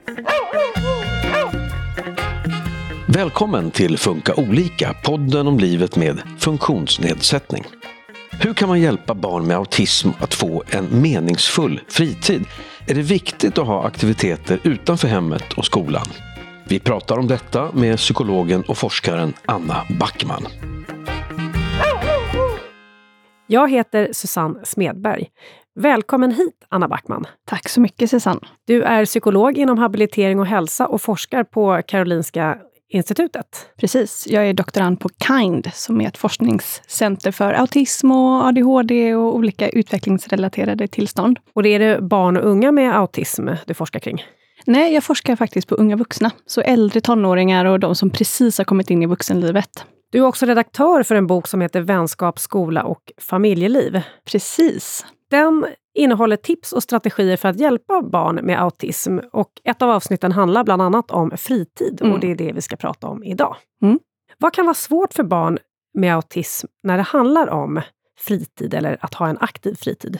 Välkommen till Funka olika, podden om livet med funktionsnedsättning. Hur kan man hjälpa barn med autism att få en meningsfull fritid? Är det viktigt att ha aktiviteter utanför hemmet och skolan? Vi pratar om detta med psykologen och forskaren Anna Backman. Jag heter Susanne Smedberg. Välkommen hit, Anna Backman. Tack så mycket, Susanne. Du är psykolog inom habilitering och hälsa och forskar på Karolinska institutet. Precis, jag är doktorand på KIND som är ett forskningscenter för autism och ADHD och olika utvecklingsrelaterade tillstånd. Och det är det barn och unga med autism du forskar kring? Nej, jag forskar faktiskt på unga vuxna. Så äldre tonåringar och de som precis har kommit in i vuxenlivet. Du är också redaktör för en bok som heter Vänskap, skola och familjeliv. Precis. Den innehåller tips och strategier för att hjälpa barn med autism. Och ett av avsnitten handlar bland annat om fritid. Och det är det vi ska prata om idag. Vad kan vara svårt för barn med autism när det handlar om fritid eller att ha en aktiv fritid?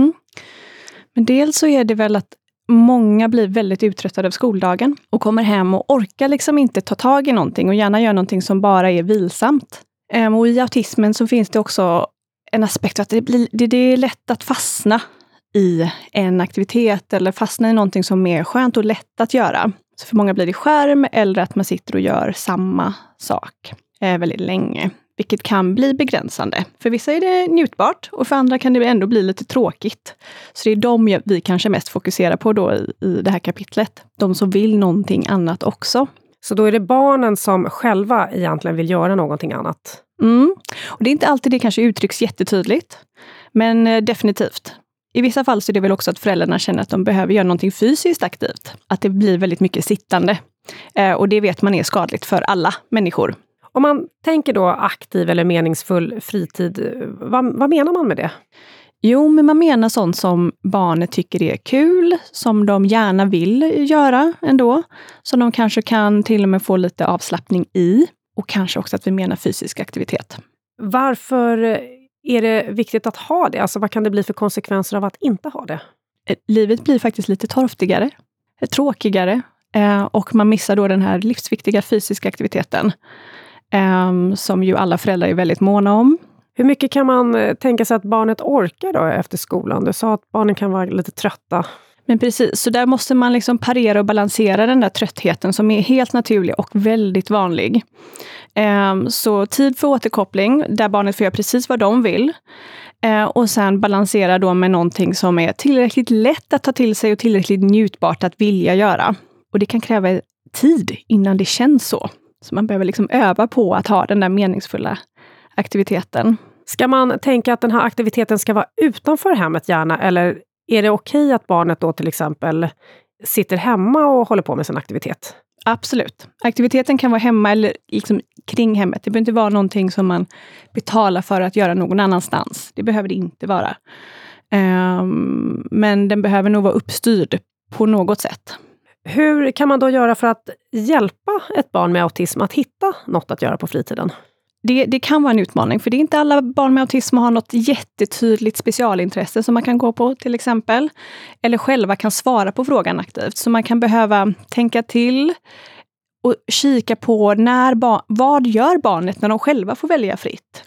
Men dels så är det väl att många blir väldigt uttröttade av skoldagen och kommer hem och orkar liksom inte ta tag i någonting och gärna gör någonting som bara är vilsamt. Och i autismen så finns det också en aspekt att det är lätt att fastna i en aktivitet eller fastna i någonting som är skönt och lätt att göra. Så för många blir det skärm eller att man sitter och gör samma sak väldigt länge. Vilket kan bli begränsande. För vissa är det njutbart och för andra kan det ändå bli lite tråkigt. Så det är de vi kanske mest fokuserar på då i det här kapitlet. De som vill någonting annat också. Så då är det barnen som själva egentligen vill göra någonting annat? Och det är inte alltid det kanske uttrycks jättetydligt. Men definitivt. I vissa fall så är det väl också att föräldrarna känner att de behöver göra någonting fysiskt aktivt. Att det blir väldigt mycket sittande. Och det vet man är skadligt för alla människor. Om man tänker då aktiv eller meningsfull fritid, vad menar man med det? Jo, men man menar sånt som barnet tycker är kul, som de gärna vill göra ändå. Som de kanske kan till och med få lite avslappning i. Och kanske också att vi menar fysisk aktivitet. Varför är det viktigt att ha det? Alltså vad kan det bli för konsekvenser av att inte ha det? Livet blir faktiskt lite torftigare, tråkigare. Och man missar då den här livsviktiga fysiska aktiviteten. Som ju alla föräldrar är väldigt måna om. Hur mycket kan man tänka sig att barnet orkar då efter skolan? Du sa att barnen kan vara lite trötta. Men precis, så där måste man liksom parera och balansera den där tröttheten som är helt naturlig och väldigt vanlig. Så tid för återkoppling där barnet får göra precis vad de vill. Och sen balansera då med någonting som är tillräckligt lätt att ta till sig och tillräckligt njutbart att vilja göra. Och det kan kräva tid innan det känns så. Så man behöver liksom öva på att ha den där meningsfulla aktiviteten. Ska man tänka att den här aktiviteten ska vara utanför hemmet gärna? Eller är det okej att barnet då till exempel sitter hemma och håller på med sin aktivitet? Absolut. Aktiviteten kan vara hemma eller liksom kring hemmet. Det behöver inte vara någonting som man betalar för att göra någon annanstans. Det behöver det inte vara. Men den behöver nog vara uppstyrd på något sätt. Hur kan man då göra för att hjälpa ett barn med autism att hitta något att göra på fritiden? Det kan vara en utmaning, för det är inte alla barn med autism som har något jättetydligt specialintresse som man kan gå på till exempel. Eller själva kan svara på frågan aktivt. Så man kan behöva tänka till och kika på vad gör barnet när de själva får välja fritt.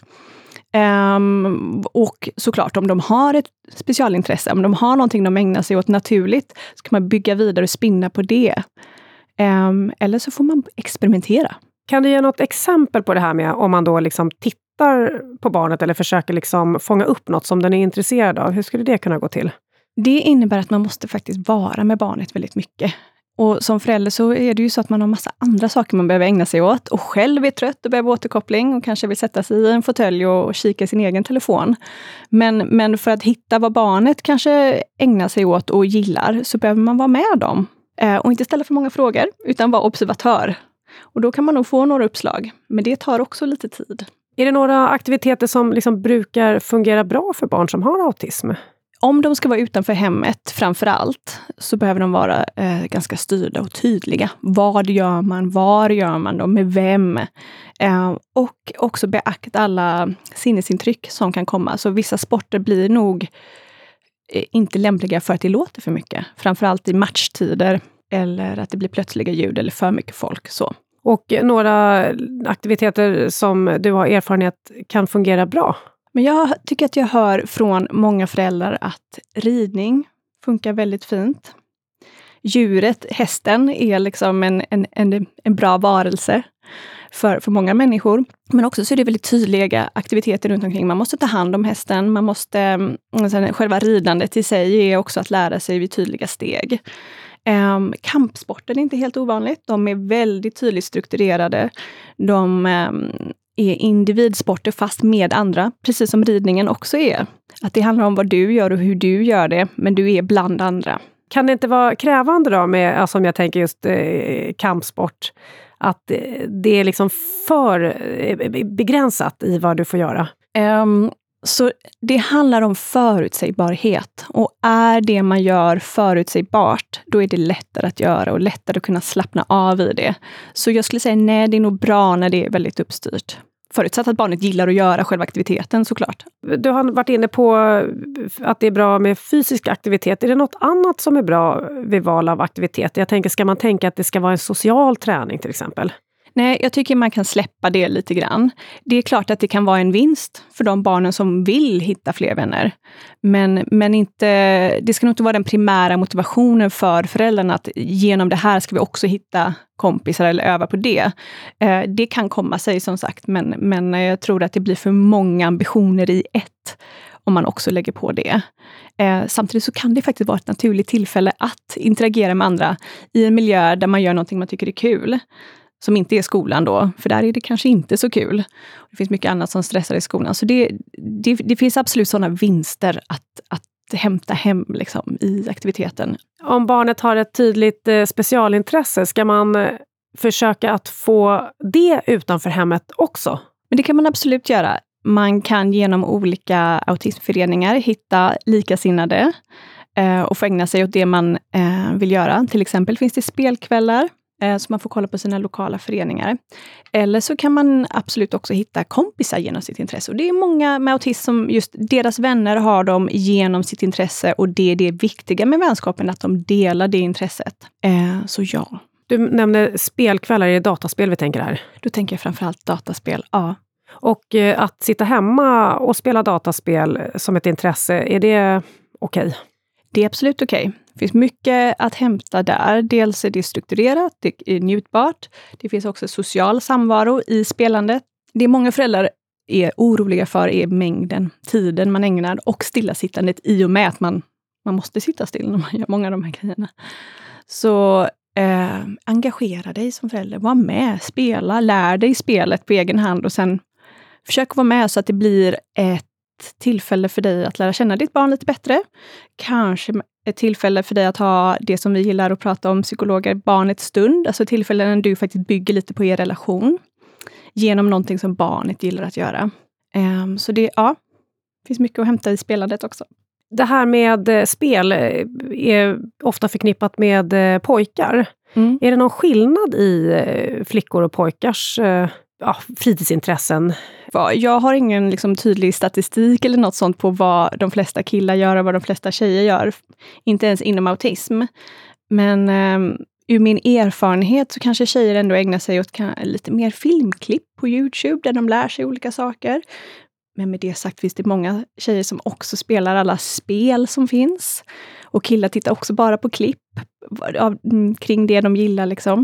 Och såklart om de har ett specialintresse, om de har någonting de ägnar sig åt naturligt, så kan man bygga vidare och spinna på det. Eller så får man experimentera. Kan du ge något exempel på det här med om man då liksom tittar på barnet eller försöker liksom fånga upp något som den är intresserad av? Hur skulle det kunna gå till? Det innebär att man måste faktiskt vara med barnet väldigt mycket. Och som förälder så är det ju så att man har massa andra saker man behöver ägna sig åt. Och själv är trött och behöver återkoppling och kanske vill sätta sig i en fåtölj och kika i sin egen telefon. Men för att hitta vad barnet kanske ägnar sig åt och gillar så behöver man vara med dem. Och inte ställa för många frågor utan vara observatör. Och då kan man nog få några uppslag. Men det tar också lite tid. Är det några aktiviteter som liksom brukar fungera bra för barn som har autism? Om de ska vara utanför hemmet framför allt så behöver de vara ganska styrda och tydliga. Vad gör man? Var gör man dem? Med vem? Och också beakta alla sinnesintryck som kan komma. Så vissa sporter blir nog inte lämpliga för att det låter för mycket. Framförallt i matchtider. eller att det blir plötsliga ljud eller för mycket folk. Så. Och några aktiviteter som du har erfarenhet kan fungera bra? Men jag tycker att jag hör från många föräldrar att ridning funkar väldigt fint. Djuret, hästen, är liksom en bra varelse för många människor. Men också så är det väldigt tydliga aktiviteter runt omkring. Man måste ta hand om hästen. Man måste, själva ridandet i sig är också att lära sig vid tydliga steg. Kampsporten är inte helt ovanligt. De är väldigt tydligt strukturerade. De är individsporter fast med andra. Precis som ridningen också är. Att det handlar om vad du gör och hur du gör det. Men du är bland andra. Kan det inte vara krävande då med, alltså om jag tänker just kampsport, att det är liksom för begränsat i vad du får göra? Så det handlar om förutsägbarhet. Och är det man gör förutsägbart, då är det lättare att göra och lättare att kunna slappna av i det. Så jag skulle säga nej, det är nog bra när det är väldigt uppstyrt. Förutsatt att barnet gillar att göra själva aktiviteten, såklart. Du har varit inne på att det är bra med fysisk aktivitet. Är det något annat som är bra vid val av aktivitet? Jag tänker, ska man tänka att det ska vara en social träning till exempel? Nej, jag tycker man kan släppa det lite grann. Det är klart att det kan vara en vinst för de barnen som vill hitta fler vänner. Men inte, det ska nog inte vara den primära motivationen för föräldrarna att genom det här ska vi också hitta kompisar eller öva på det. Det kan komma sig som sagt, men jag tror att det blir för många ambitioner i ett om man också lägger på det. Samtidigt så kan det faktiskt vara ett naturligt tillfälle att interagera med andra i en miljö där man gör någonting man tycker är kul. Som inte är skolan då, för där är det kanske inte så kul. Det finns mycket annat som stressar i skolan. Så det finns absolut sådana vinster att hämta hem liksom, i aktiviteten. Om barnet har ett tydligt specialintresse, ska man försöka att få det utanför hemmet också? Men det kan man absolut göra. Man kan genom olika autismföreningar hitta likasinnade och få ägna sig åt det man vill göra. Till exempel finns det spelkvällar. Så man får kolla på sina lokala föreningar. Eller så kan man absolut också hitta kompisar genom sitt intresse. Och det är många med autism som just deras vänner har dem genom sitt intresse. Och det är det viktiga med vänskapen, att de delar det intresset. Så ja. Du nämnde spelkvällar, är det dataspel vi tänker här? Då tänker jag framförallt dataspel, ja. Och att sitta hemma och spela dataspel som ett intresse, är det okej? Det är absolut okej. Det finns mycket att hämta där. Dels är det strukturerat, det är njutbart. Det finns också social samvaro i spelandet. Det många föräldrar är oroliga för är mängden, tiden man ägnar och stillasittandet i och med att man måste sitta still när man gör många av de här grejerna. Så engagera dig som förälder, var med, spela, lär dig spelet på egen hand och sen försök vara med så att det blir ett tillfälle för dig att lära känna ditt barn lite bättre. Kanske ett tillfälle för dig att ha det som vi gillar att prata om psykologer, barnets stund. Alltså tillfällen när du faktiskt bygger lite på er relation. Genom någonting som barnet gillar att göra. Så det finns mycket att hämta i spelandet också. Det här med spel är ofta förknippat med pojkar. Mm. Är det någon skillnad i flickor och pojkars fritidsintressen? Jag har ingen liksom, tydlig statistik eller något sånt på vad de flesta killar gör och vad de flesta tjejer gör. Inte ens inom autism. Men ur min erfarenhet så kanske tjejer ändå ägnar sig åt lite mer filmklipp på YouTube där de lär sig olika saker. Men med det sagt finns det många tjejer som också spelar alla spel som finns. Och killar tittar också bara på klipp kring det de gillar liksom.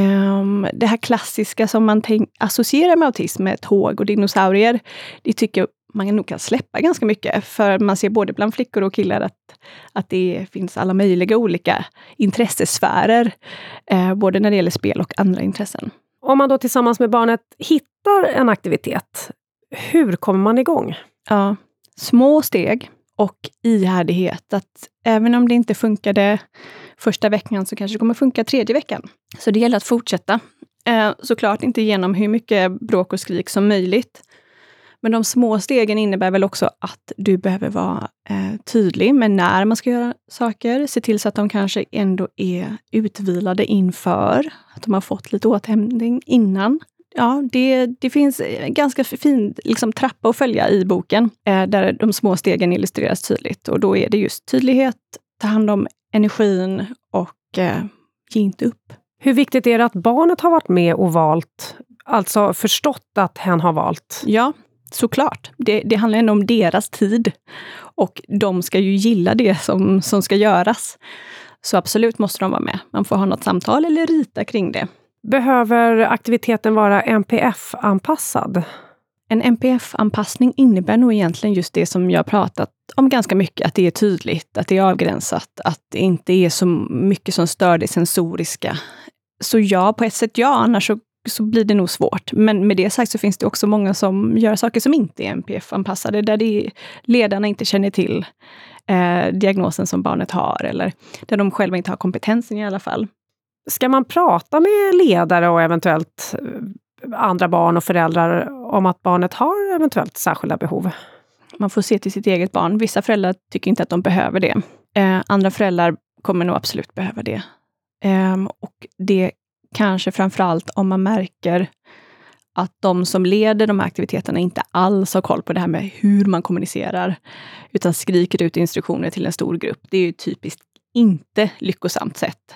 Det här klassiska som man associerar med autism med tåg och dinosaurier, det tycker jag man nog kan släppa ganska mycket. För man ser både bland flickor och killar att det finns alla möjliga olika intressesfärer. Både när det gäller spel och andra intressen. Om man då tillsammans med barnet hittar en aktivitet, hur kommer man igång? Ja, små steg och ihärdighet. Att även om det inte funkade första veckan så kanske det kommer funka tredje veckan. Så det gäller att fortsätta. Såklart inte genom hur mycket bråk och skrik som möjligt. Men de små stegen innebär väl också att du behöver vara tydlig med när man ska göra saker. Se till så att de kanske ändå är utvilade inför. Att de har fått lite återhämtning innan. Ja, det finns ganska fin liksom, trappa att följa i boken. Där de små stegen illustreras tydligt. Och då är det just tydlighet, ta hand om energin och ge inte upp. Hur viktigt är det att barnet har varit med och valt, alltså förstått att hen har valt? Ja, såklart. Det handlar ändå om deras tid. Och de ska ju gilla det som ska göras. Så absolut måste de vara med. Man får ha något samtal eller rita kring det. Behöver aktiviteten vara NPF-anpassad? En NPF-anpassning innebär nog egentligen just det som jag pratat om ganska mycket. Att det är tydligt, att det är avgränsat, att det inte är så mycket som stör det sensoriska. Så ja, på ett sätt ja, annars så blir det nog svårt. Men med det sagt så finns det också många som gör saker som inte är NPF-anpassade. Där ledarna inte känner till diagnosen som barnet har. Eller där de själva inte har kompetensen i alla fall. Ska man prata med ledare och eventuellt andra barn och föräldrar om att barnet har eventuellt särskilda behov? Man får se till sitt eget barn. Vissa föräldrar tycker inte att de behöver det. Andra föräldrar kommer nog absolut behöva det. Och det kanske framförallt om man märker att de som leder de här aktiviteterna inte alls har koll på det här med hur man kommunicerar. Utan skriker ut instruktioner till en stor grupp. Det är ju typiskt inte lyckosamt sätt.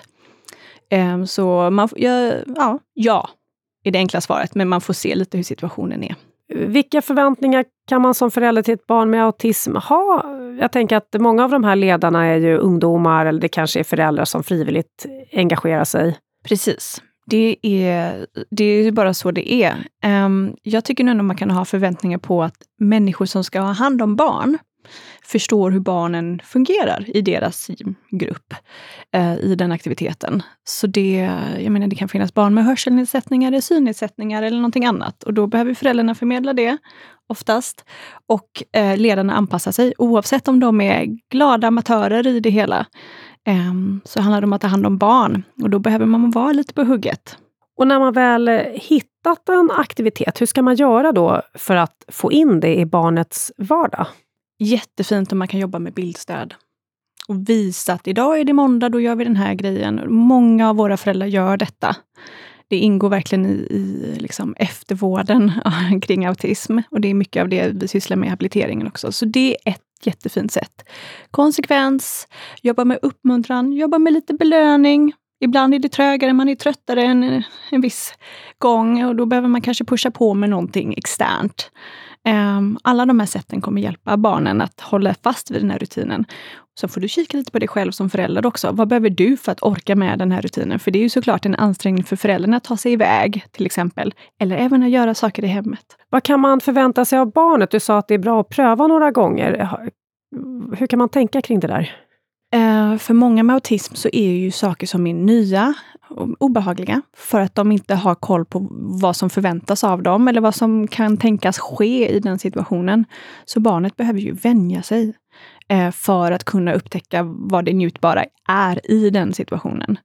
Så man ja är det enkla svaret. Men man får se lite hur situationen är. Vilka förväntningar kan man som förälder till ett barn med autism ha? Jag tänker att många av de här ledarna är ju ungdomar eller det kanske är föräldrar som frivilligt engagerar sig. Precis. Det är bara så det är. Jag tycker nog att man kan ha förväntningar på att människor som ska ha hand om barn förstår hur barnen fungerar i deras grupp i den aktiviteten. Så det kan finnas barn med hörselnedsättningar eller synnedsättningar eller någonting annat. Och då behöver föräldrarna förmedla det oftast. Och ledarna anpassar sig oavsett om de är glada amatörer i det hela. Så handlar det om att ta hand om barn. Och då behöver man vara lite på hugget. Och när man väl hittat en aktivitet, hur ska man göra då för att få in det i barnets vardag? Jättefint om man kan jobba med bildstöd. Och visa att idag är det måndag, då gör vi den här grejen. Många av våra föräldrar gör detta. Det ingår verkligen i liksom eftervården kring autism. Och det är mycket av det vi sysslar med habiliteringen också. Så det är ett jättefint sätt. Konsekvens, jobba med uppmuntran, jobba med lite belöning. Ibland är det trögare, man är tröttare en viss gång. Och då behöver man kanske pusha på med någonting externt. Alla de här sätten kommer hjälpa barnen att hålla fast vid den här rutinen. Så får du kika lite på dig själv som förälder också. Vad behöver du för att orka med den här rutinen? För det är ju såklart en ansträngning för föräldrarna att ta sig iväg till exempel. Eller även att göra saker i hemmet. Vad kan man förvänta sig av barnet? Du sa att det är bra att pröva några gånger. Hur kan man tänka kring det där? För många med autism så är ju saker som är nya och obehagliga. För att de inte har koll på vad som förväntas av dem. Eller vad som kan tänkas ske i den situationen. Så barnet behöver ju vänja sig. För att kunna upptäcka vad det njutbara är i den situationen.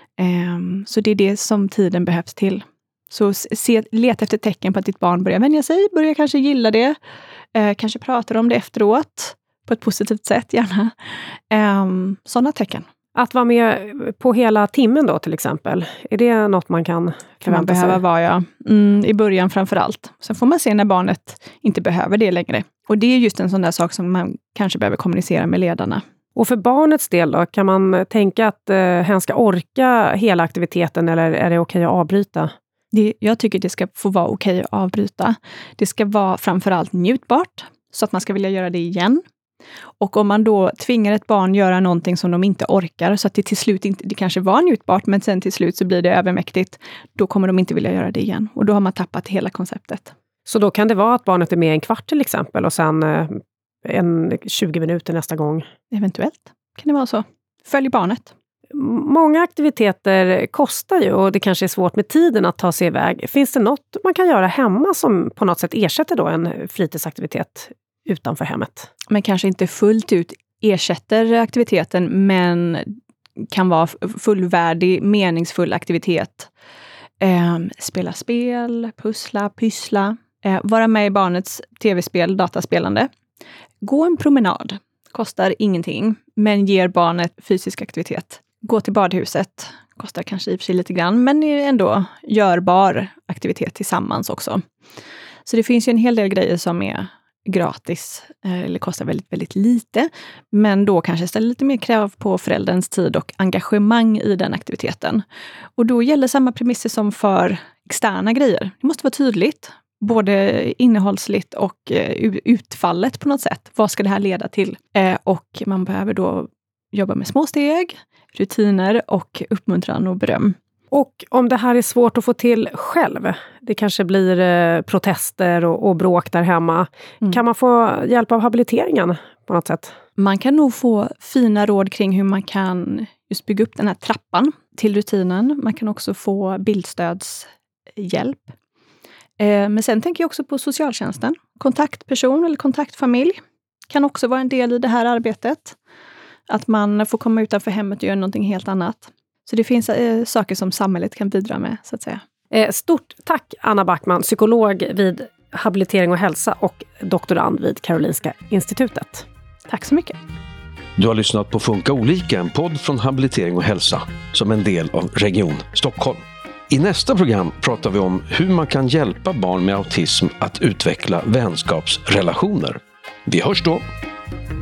Så det är det som tiden behövs till. Så leta efter tecken på att ditt barn börjar vänja sig. Börjar kanske gilla det. Kanske pratar om det efteråt. På ett positivt sätt gärna. Sådana tecken. Att vara med på hela timmen då till exempel. Är det något man kan förvänta sig? Behöva vara, ja. I början framför allt. Sen får man se när barnet inte behöver det längre. Och det är just en sån där sak som man kanske behöver kommunicera med ledarna. Och för barnets del då, kan man tänka att hen ska orka hela aktiviteten eller är det okej att avbryta? Jag tycker det ska få vara okej att avbryta. Det ska vara framförallt njutbart så att man ska vilja göra det igen. Och om man då tvingar ett barn göra någonting som de inte orkar så att det till slut inte, det kanske var njutbart men sen till slut så blir det övermäktigt, då kommer de inte vilja göra det igen. Och då har man tappat hela konceptet. Så då kan det vara att barnet är med en kvart till exempel och sen 20 minuter nästa gång? Eventuellt kan det vara så. Följ barnet. Många aktiviteter kostar ju och det kanske är svårt med tiden att ta sig iväg. Finns det något man kan göra hemma som på något sätt ersätter då en fritidsaktivitet utanför hemmet? Men kanske inte fullt ut ersätter aktiviteten men kan vara fullvärdig, meningsfull aktivitet. Spela spel, pussla, pyssla. Vara med i barnets tv-spel, dataspelande. Gå en promenad. Kostar ingenting, men ger barnet fysisk aktivitet. Gå till badhuset. Kostar kanske i och för sig lite grann, men är ändå görbar aktivitet tillsammans också. Så det finns ju en hel del grejer som är gratis eller kostar väldigt, väldigt lite. Men då kanske ställer lite mer krav på förälderns tid och engagemang i den aktiviteten. Och då gäller samma premisser som för externa grejer. Det måste vara tydligt, både innehållsligt och utfallet på något sätt. Vad ska det här leda till? Och man behöver då jobba med små steg, rutiner och uppmuntran och beröm. Och om det här är svårt att få till själv, det kanske blir protester och bråk där hemma. Kan man få hjälp av habiliteringen på något sätt? Man kan nog få fina råd kring hur man kan just bygga upp den här trappan till rutinen. Man kan också få bildstödshjälp. Men sen tänker jag också på socialtjänsten. Kontaktperson eller kontaktfamilj kan också vara en del i det här arbetet. Att man får komma utanför hemmet och göra någonting helt annat. Så det finns saker som samhället kan bidra med, så att säga. Stort tack Anna Backman, psykolog vid Habilitering och hälsa och doktorand vid Karolinska institutet. Tack så mycket. Du har lyssnat på Funka olika, en podd från Habilitering och hälsa som en del av Region Stockholm. I nästa program pratar vi om hur man kan hjälpa barn med autism att utveckla vänskapsrelationer. Vi hörs då!